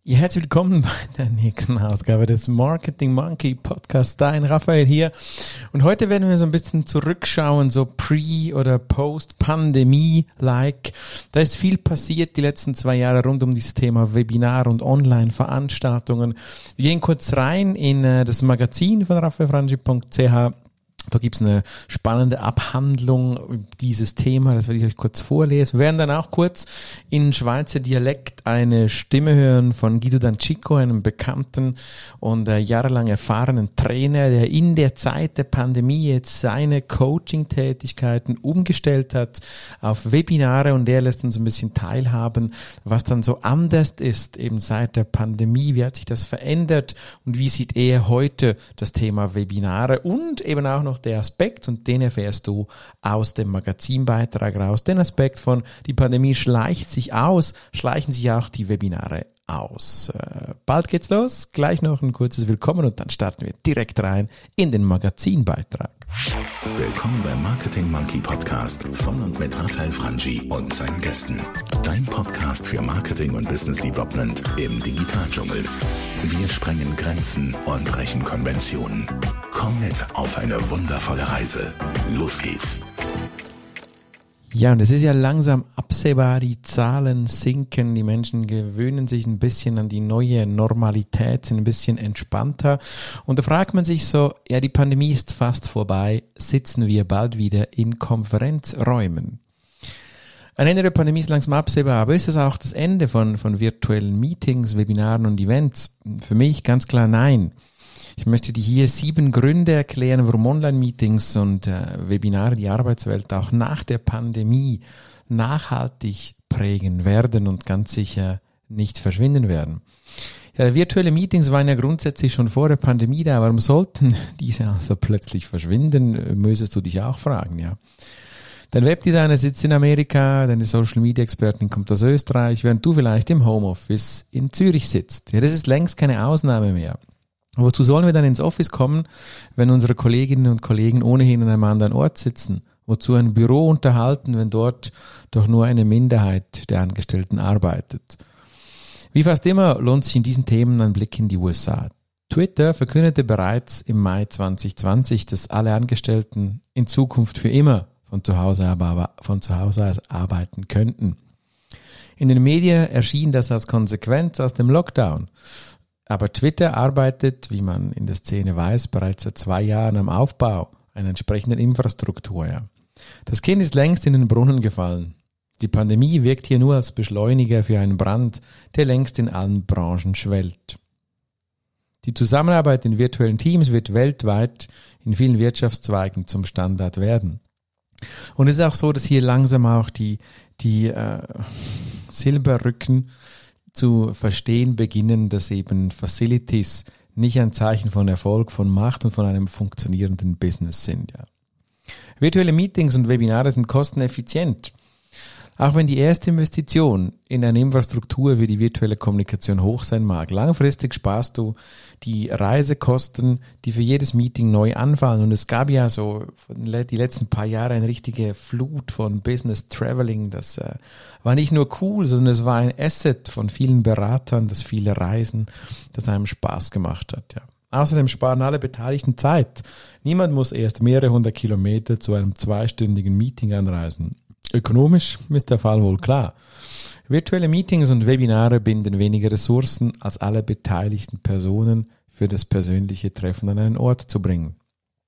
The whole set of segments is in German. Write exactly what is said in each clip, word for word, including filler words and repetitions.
Ja, herzlich willkommen bei der nächsten Ausgabe des Marketing Monkey Podcasts. Dein Raphael hier. Und heute werden wir so ein bisschen zurückschauen, so Pre- oder Post-Pandemie-like. Da ist viel passiert die letzten zwei Jahre rund um dieses Thema Webinar und Online-Veranstaltungen. Wir gehen kurz rein in das Magazin von raphael frangi punkt c h. Da gibt's eine spannende Abhandlung dieses Thema, das werde ich euch kurz vorlesen. Wir werden dann auch kurz in Schweizer Dialekt eine Stimme hören von Guido Dancico, einem bekannten und äh, jahrelang erfahrenen Trainer, der in der Zeit der Pandemie jetzt seine Coaching-Tätigkeiten umgestellt hat auf Webinare, und der lässt uns ein bisschen teilhaben, was dann so anders ist eben seit der Pandemie, wie hat sich das verändert und wie sieht er heute das Thema Webinare und eben auch noch der Aspekt, und den erfährst du aus dem Magazinbeitrag raus, den Aspekt von, die Pandemie schleicht sich aus, schleichen sich auch die Webinare aus. Äh, bald geht's los, gleich noch ein kurzes Willkommen und dann starten wir direkt rein in den Magazinbeitrag. Willkommen beim Marketing Monkey Podcast von und mit Raphael Frangi und seinen Gästen. Dein Podcast für Marketing und Business Development im Digitaldschungel. Wir sprengen Grenzen und brechen Konventionen. Komm mit auf eine wundervolle Reise. Los geht's. Ja, und es ist ja langsam absehbar, die Zahlen sinken, die Menschen gewöhnen sich ein bisschen an die neue Normalität, sind ein bisschen entspannter. Und da fragt man sich so, ja, die Pandemie ist fast vorbei, sitzen wir bald wieder in Konferenzräumen? Ein Ende der Pandemie ist langsam absehbar, aber ist es auch das Ende von, von virtuellen Meetings, Webinaren und Events? Für mich ganz klar nein. Ich möchte dir hier sieben Gründe erklären, warum Online-Meetings und äh, Webinare die Arbeitswelt auch nach der Pandemie nachhaltig prägen werden und ganz sicher nicht verschwinden werden. Ja, virtuelle Meetings waren ja grundsätzlich schon vor der Pandemie da. Warum sollten diese also plötzlich verschwinden, müsstest du dich auch fragen, ja. Dein Webdesigner sitzt in Amerika, deine Social-Media-Expertin kommt aus Österreich, während du vielleicht im Homeoffice in Zürich sitzt. Ja, das ist längst keine Ausnahme mehr. Wozu sollen wir dann ins Office kommen, wenn unsere Kolleginnen und Kollegen ohnehin an einem anderen Ort sitzen? Wozu ein Büro unterhalten, wenn dort doch nur eine Minderheit der Angestellten arbeitet? Wie fast immer lohnt sich in diesen Themen ein Blick in die U S A. Twitter verkündete bereits im Mai zwanzig zwanzig, dass alle Angestellten in Zukunft für immer von zu Hause, aber von zu Hause aus arbeiten könnten. In den Medien erschien das als Konsequenz aus dem Lockdown. Aber Twitter arbeitet, wie man in der Szene weiß, bereits seit zwei Jahren am Aufbau einer entsprechenden Infrastruktur. Ja. Das Kind ist längst in den Brunnen gefallen. Die Pandemie wirkt hier nur als Beschleuniger für einen Brand, der längst in allen Branchen schwellt. Die Zusammenarbeit in virtuellen Teams wird weltweit in vielen Wirtschaftszweigen zum Standard werden. Und es ist auch so, dass hier langsam auch die, die äh, Silberrücken zu verstehen beginnen, dass eben Facilities nicht ein Zeichen von Erfolg, von Macht und von einem funktionierenden Business sind. Ja. Virtuelle Meetings und Webinare sind kosteneffizient. Auch wenn die erste Investition in eine Infrastruktur für die virtuelle Kommunikation hoch sein mag, langfristig sparst du die Reisekosten, die für jedes Meeting neu anfallen. Und es gab ja so die letzten paar Jahre eine richtige Flut von Business Traveling. Das äh, war nicht nur cool, sondern es war ein Asset von vielen Beratern, das viele Reisen, das einem Spaß gemacht hat. Ja. Außerdem sparen alle Beteiligten Zeit. Niemand muss erst mehrere hundert Kilometer zu einem zweistündigen Meeting anreisen. Ökonomisch ist der Fall wohl klar. Virtuelle Meetings und Webinare binden weniger Ressourcen, als alle beteiligten Personen für das persönliche Treffen an einen Ort zu bringen.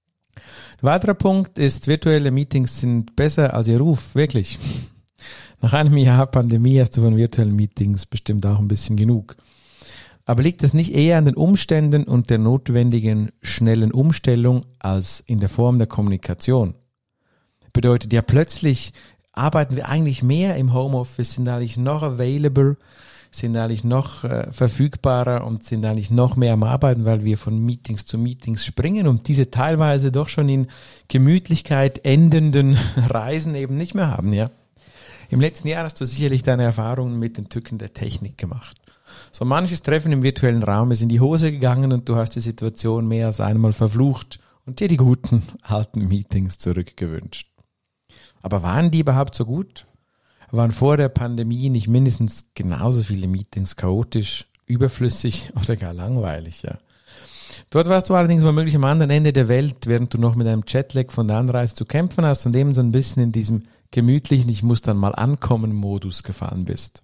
Ein weiterer Punkt ist, virtuelle Meetings sind besser als ihr Ruf, wirklich. Nach einem Jahr Pandemie hast du von virtuellen Meetings bestimmt auch ein bisschen genug. Aber liegt es nicht eher an den Umständen und der notwendigen schnellen Umstellung als in der Form der Kommunikation? Bedeutet ja plötzlich, arbeiten wir eigentlich mehr im Homeoffice, sind eigentlich noch available, sind eigentlich noch äh, verfügbarer und sind eigentlich noch mehr am Arbeiten, weil wir von Meetings zu Meetings springen und diese teilweise doch schon in Gemütlichkeit endenden Reisen eben nicht mehr haben, ja. Im letzten Jahr hast du sicherlich deine Erfahrungen mit den Tücken der Technik gemacht. So manches Treffen im virtuellen Raum ist in die Hose gegangen und du hast die Situation mehr als einmal verflucht und dir die guten alten Meetings zurückgewünscht. Aber waren die überhaupt so gut? Waren vor der Pandemie nicht mindestens genauso viele Meetings chaotisch überflüssig oder gar langweilig, ja. Dort warst du allerdings womöglich am anderen Ende der Welt, während du noch mit einem Jetlag von der Anreise zu kämpfen hast und eben so ein bisschen in diesem gemütlichen Ich muss dann mal ankommen Modus gefallen bist.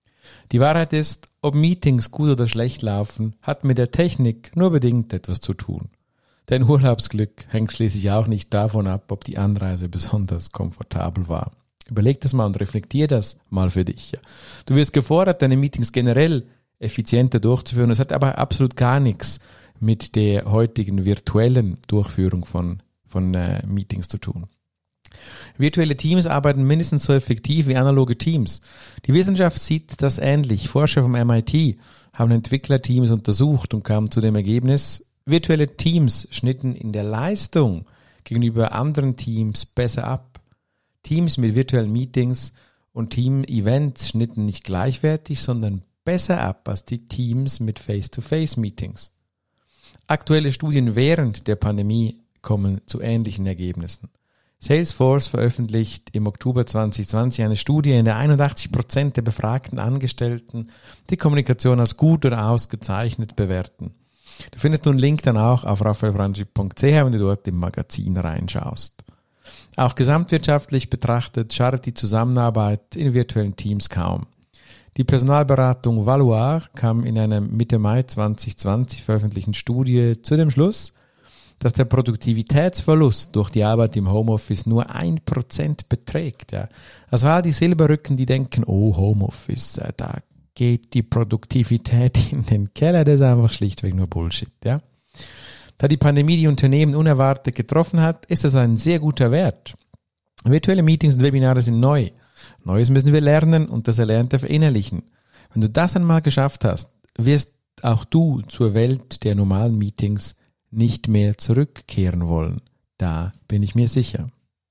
Die Wahrheit ist, ob Meetings gut oder schlecht laufen, hat mit der Technik nur bedingt etwas zu tun. Dein Urlaubsglück hängt schließlich auch nicht davon ab, ob die Anreise besonders komfortabel war. Überleg das mal und reflektier das mal für dich. Ja. Du wirst gefordert, deine Meetings generell effizienter durchzuführen. Das hat aber absolut gar nichts mit der heutigen virtuellen Durchführung von, von äh, Meetings zu tun. Virtuelle Teams arbeiten mindestens so effektiv wie analoge Teams. Die Wissenschaft sieht das ähnlich. Forscher vom M I T haben Entwicklerteams untersucht und kamen zu dem Ergebnis, virtuelle Teams schnitten in der Leistung gegenüber anderen Teams besser ab. Teams mit virtuellen Meetings und Team-Events schnitten nicht gleichwertig, sondern besser ab als die Teams mit Face-to-Face-Meetings. Aktuelle Studien während der Pandemie kommen zu ähnlichen Ergebnissen. Salesforce veröffentlicht im Oktober zwanzig zwanzig eine Studie, in der einundachtzig Prozent der befragten Angestellten die Kommunikation als gut oder ausgezeichnet bewerten. Du findest nun einen Link dann auch auf raphael frangi punkt c h, wenn du dort im Magazin reinschaust. Auch gesamtwirtschaftlich betrachtet schadet die Zusammenarbeit in virtuellen Teams kaum. Die Personalberatung Valoir kam in einer Mitte Mai zwanzig zwanzig veröffentlichten Studie zu dem Schluss, dass der Produktivitätsverlust durch die Arbeit im Homeoffice nur ein Prozent beträgt. Ja. Also all die Silberrücken, die denken, oh, Homeoffice, äh, da geht die Produktivität in den Keller, das ist einfach schlichtweg nur Bullshit. Ja. Da die Pandemie die Unternehmen unerwartet getroffen hat, ist das ein sehr guter Wert. Virtuelle Meetings und Webinare sind neu. Neues müssen wir lernen und das Erlernte verinnerlichen. Wenn du das einmal geschafft hast, wirst auch du zur Welt der normalen Meetings nicht mehr zurückkehren wollen. Da bin ich mir sicher.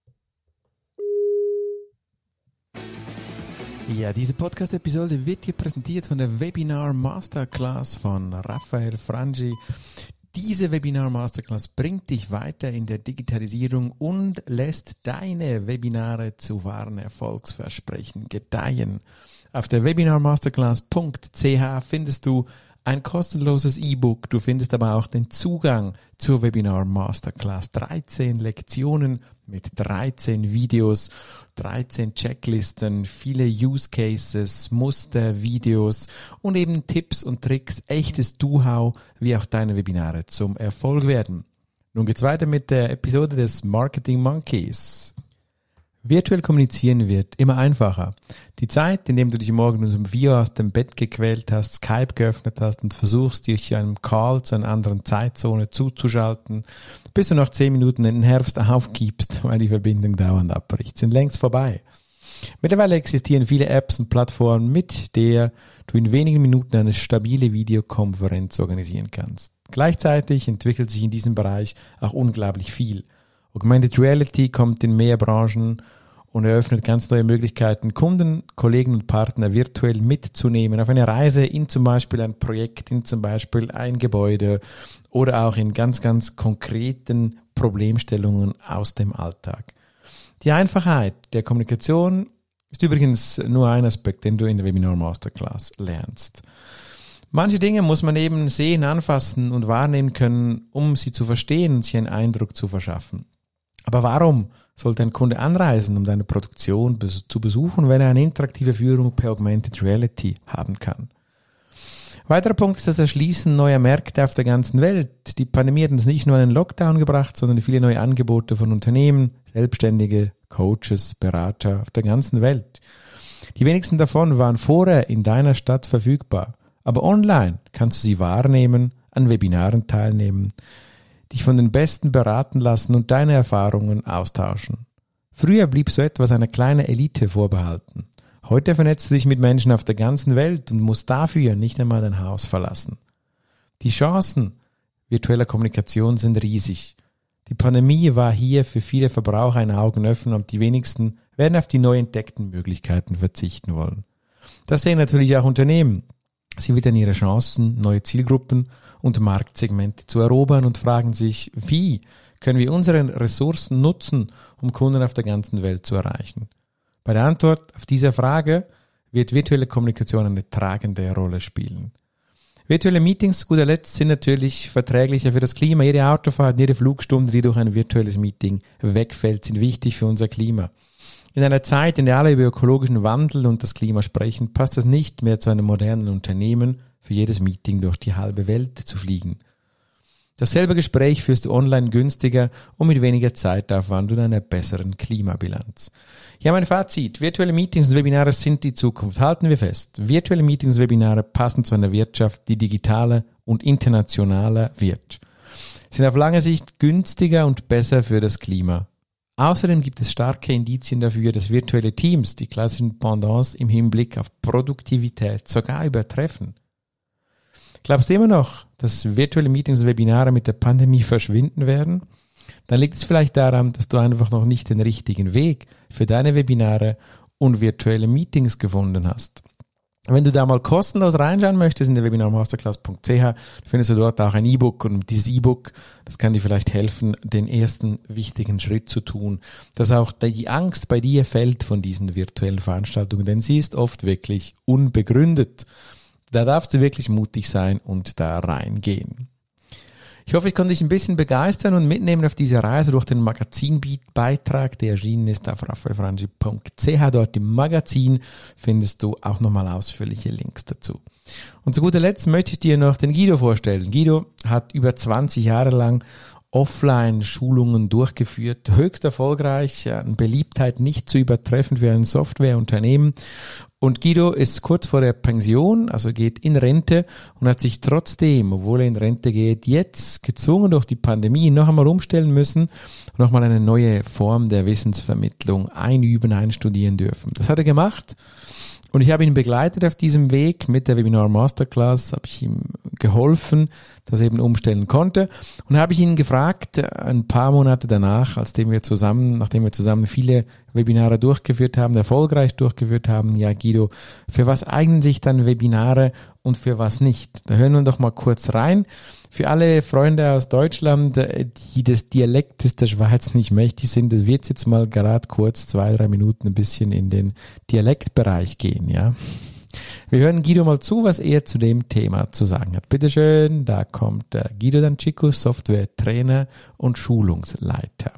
Ja, diese Podcast-Episode wird dir präsentiert von der Webinar Masterclass von Raphael Frangi. Diese Webinar Masterclass bringt dich weiter in der Digitalisierung und lässt deine Webinare zu wahren Erfolgsversprechen gedeihen. Auf der webinar masterclass punkt c h findest du ein kostenloses E-Book. Du findest aber auch den Zugang zur Webinar Masterclass. dreizehn Lektionen mit dreizehn Videos, dreizehn Checklisten, viele Use Cases, Muster, Videos und eben Tipps und Tricks, echtes Do-How, wie auch deine Webinare zum Erfolg werden. Nun geht's weiter mit der Episode des Marketing Monkeys. Virtuell kommunizieren wird immer einfacher. Die Zeit, in der du dich morgens um vier Uhr aus dem Bett gequält hast, Skype geöffnet hast und versuchst, dich einem Call zu einer anderen Zeitzone zuzuschalten, bis du nach zehn Minuten in den Herbst aufgibst, weil die Verbindung dauernd abbricht, sind längst vorbei. Mittlerweile existieren viele Apps und Plattformen, mit der du in wenigen Minuten eine stabile Videokonferenz organisieren kannst. Gleichzeitig entwickelt sich in diesem Bereich auch unglaublich viel. Augmented Reality kommt in mehr Branchen und eröffnet ganz neue Möglichkeiten, Kunden, Kollegen und Partner virtuell mitzunehmen auf eine Reise in zum Beispiel ein Projekt, in zum Beispiel ein Gebäude oder auch in ganz, ganz konkreten Problemstellungen aus dem Alltag. Die Einfachheit der Kommunikation ist übrigens nur ein Aspekt, den du in der Webinar Masterclass lernst. Manche Dinge muss man eben sehen, anfassen und wahrnehmen können, um sie zu verstehen und sich einen Eindruck zu verschaffen. Aber warum sollte ein Kunde anreisen, um deine Produktion zu besuchen, wenn er eine interaktive Führung per Augmented Reality haben kann? Weiterer Punkt ist das Erschließen neuer Märkte auf der ganzen Welt. Die Pandemie hat uns nicht nur einen Lockdown gebracht, sondern viele neue Angebote von Unternehmen, Selbstständige, Coaches, Berater auf der ganzen Welt. Die wenigsten davon waren vorher in deiner Stadt verfügbar. Aber online kannst du sie wahrnehmen, an Webinaren teilnehmen, dich von den Besten beraten lassen und deine Erfahrungen austauschen. Früher blieb so etwas einer kleinen Elite vorbehalten. Heute vernetzt du dich mit Menschen auf der ganzen Welt und musst dafür nicht einmal dein Haus verlassen. Die Chancen virtueller Kommunikation sind riesig. Die Pandemie war hier für viele Verbraucher ein Augenöffner und die wenigsten werden auf die neu entdeckten Möglichkeiten verzichten wollen. Das sehen natürlich auch Unternehmen. Sie wittern ihre Chancen, neue Zielgruppen und Marktsegmente zu erobern und fragen sich, wie können wir unsere Ressourcen nutzen, um Kunden auf der ganzen Welt zu erreichen? Bei der Antwort auf diese Frage wird virtuelle Kommunikation eine tragende Rolle spielen. Virtuelle Meetings, zu guter Letzt, sind natürlich verträglicher für das Klima. Jede Autofahrt, jede Flugstunde, die durch ein virtuelles Meeting wegfällt, sind wichtig für unser Klima. In einer Zeit, in der alle über ökologischen Wandel und das Klima sprechen, passt es nicht mehr zu einem modernen Unternehmen, für jedes Meeting durch die halbe Welt zu fliegen. Dasselbe Gespräch führst du online günstiger und mit weniger Zeitaufwand und einer besseren Klimabilanz. Ja, mein Fazit. Virtuelle Meetings und Webinare sind die Zukunft. Halten wir fest. Virtuelle Meetings und Webinare passen zu einer Wirtschaft, die digitaler und internationaler wird. Sind auf lange Sicht günstiger und besser für das Klima. Außerdem gibt es starke Indizien dafür, dass virtuelle Teams die klassischen Pendants im Hinblick auf Produktivität sogar übertreffen. Glaubst du immer noch, dass virtuelle Meetings und Webinare mit der Pandemie verschwinden werden? Dann liegt es vielleicht daran, dass du einfach noch nicht den richtigen Weg für deine Webinare und virtuelle Meetings gefunden hast. Wenn du da mal kostenlos reinschauen möchtest in der webinar masterclass punkt c h, findest du dort auch ein E-Book, und dieses E-Book, das kann dir vielleicht helfen, den ersten wichtigen Schritt zu tun, dass auch die Angst bei dir fällt von diesen virtuellen Veranstaltungen, denn sie ist oft wirklich unbegründet. Da darfst du wirklich mutig sein und da reingehen. Ich hoffe, ich konnte dich ein bisschen begeistern und mitnehmen auf diese Reise durch den Magazinbeitrag, der erschienen ist auf raphael frangi punkt c h. Dort im Magazin findest du auch nochmal ausführliche Links dazu. Und zu guter Letzt möchte ich dir noch den Guido vorstellen. Guido hat über zwanzig Jahre lang Offline-Schulungen durchgeführt, höchst erfolgreich, an Beliebtheit nicht zu übertreffen für ein Softwareunternehmen. Und Guido ist kurz vor der Pension, also geht in Rente und hat sich trotzdem, obwohl er in Rente geht, jetzt gezwungen durch die Pandemie noch einmal umstellen müssen und nochmal eine neue Form der Wissensvermittlung einüben, einstudieren dürfen. Das hat er gemacht. Und ich habe ihn begleitet auf diesem Weg mit der Webinar Masterclass, habe ich ihm geholfen, dass er eben umstellen konnte. Und habe ich ihn gefragt, ein paar Monate danach, als wir zusammen, nachdem wir zusammen viele Webinare durchgeführt haben, erfolgreich durchgeführt haben, ja Guido, für was eignen sich dann Webinare und für was nicht? Da hören wir doch mal kurz rein. Für alle Freunde aus Deutschland, die des Dialektes der Schweiz nicht mächtig sind, das wird jetzt mal gerade kurz zwei, drei Minuten ein bisschen in den Dialektbereich gehen, ja. Wir hören Guido mal zu, was er zu dem Thema zu sagen hat. Bitteschön, da kommt der Guido D'Ancico, Software-Trainer und Schulungsleiter.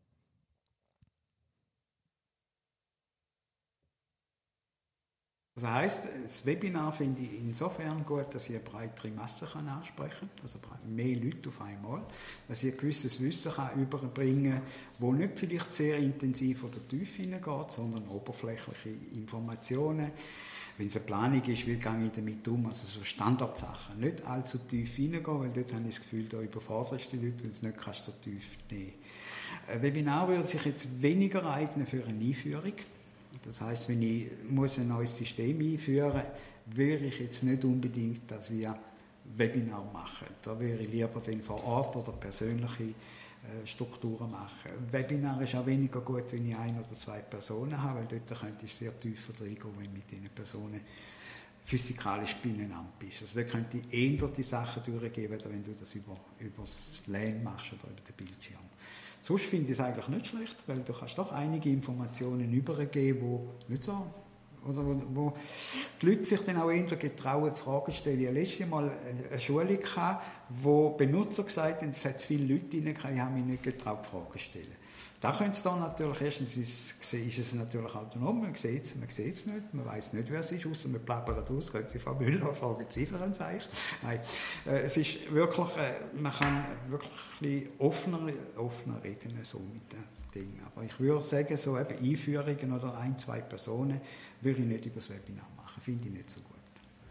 Das heisst, das Webinar finde ich insofern gut, dass ich eine breitere Masse kann ansprechen kann, also mehr Leute auf einmal, dass ich ein gewisses Wissen kann überbringen kann, das nicht vielleicht sehr intensiv oder tief hineingeht, sondern oberflächliche Informationen. Wenn es eine Planung ist, wie gehe ich damit um, also so Standardsachen, nicht allzu tief hineingehen, weil dort habe ich das Gefühl, da überforderst du die Leute, wenn du es nicht kannst, so tief nehmen. Ein Webinar würde sich jetzt weniger eignen für eine Einführung. Das heisst, wenn ich muss ein neues System einführen muss, würde ich jetzt nicht unbedingt, dass wir Webinar machen. Da würde ich lieber den vor Ort oder persönliche äh, Strukturen machen. Webinar ist auch weniger gut, wenn ich ein oder zwei Personen habe, weil dort könnte ich sehr tiefer reingehen, wenn ich mit diesen Personen physikalisch beieinander bist. Also da könnte ich eher die Sachen durchgeben, wenn du das über, über das LAN machst oder über den Bildschirm. Sonst finde ich es eigentlich nicht schlecht, weil du kannst doch einige Informationen übergeben, die nicht so, oder wo, wo die Leute sich dann auch eher getrauen, Fragen zu stellen. Ich habe letztes Mal eine Schulung gehabt, wo Benutzer gesagt haben, es hat zu viele Leute drin, ich habe mich nicht getraut, Fragen zu stellen. Da können Sie dann natürlich, erstens ist, ist es natürlich autonom, man sieht es, man sieht es nicht, man weiß nicht, wer es ist, außer man plappert aus, können Sie Frau Müller fragen, Ziffern sage ich. Nein, äh, es ist wirklich, äh, man kann wirklich offener, offener reden, so mit den Dingen. Aber ich würde sagen, so eben Einführungen oder ein, zwei Personen würde ich nicht über das Webinar machen, finde ich nicht so gut.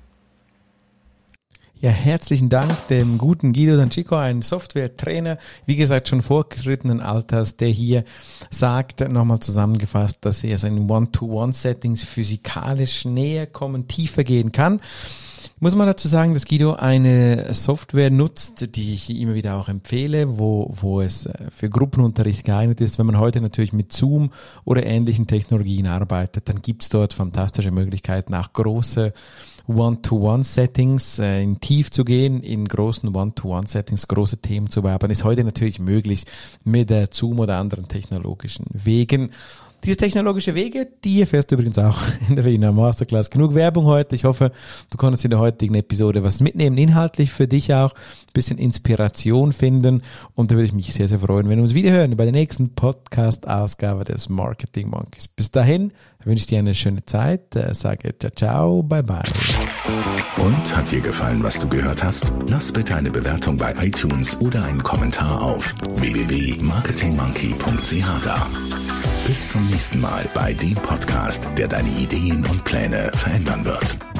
Ja, herzlichen Dank dem guten Guido D'Ancico, ein Software-Trainer, wie gesagt schon vorgeschrittenen Alters, der hier sagt, nochmal zusammengefasst, dass er seinen One-to-One-Settings physikalisch näher kommen, tiefer gehen kann. Muss man dazu sagen, dass Guido eine Software nutzt, die ich immer wieder auch empfehle, wo, wo es für Gruppenunterricht geeignet ist. Wenn man heute natürlich mit Zoom oder ähnlichen Technologien arbeitet, dann gibt's dort fantastische Möglichkeiten, auch große One-to-One-Settings, äh, in tief zu gehen, in großen One-to-One-Settings große Themen zu bearbeiten, ist heute natürlich möglich mit der Zoom oder anderen technologischen Wegen. diese technologische Wege, die erfährst du übrigens auch in der Wiener Masterclass. Genug Werbung heute. Ich hoffe, du konntest in der heutigen Episode was mitnehmen, inhaltlich für dich auch, ein bisschen Inspiration finden und da würde ich mich sehr, sehr freuen, wenn wir uns wieder hören bei der nächsten Podcast-Ausgabe des Marketing Monkeys. Bis dahin wünsche ich dir eine schöne Zeit, sage ciao, ciao, bye, bye. Und hat dir gefallen, was du gehört hast? Lass bitte eine Bewertung bei iTunes oder einen Kommentar auf w w w punkt marketing monkey punkt c h da. Bis zum nächsten Mal bei dem Podcast, der deine Ideen und Pläne verändern wird.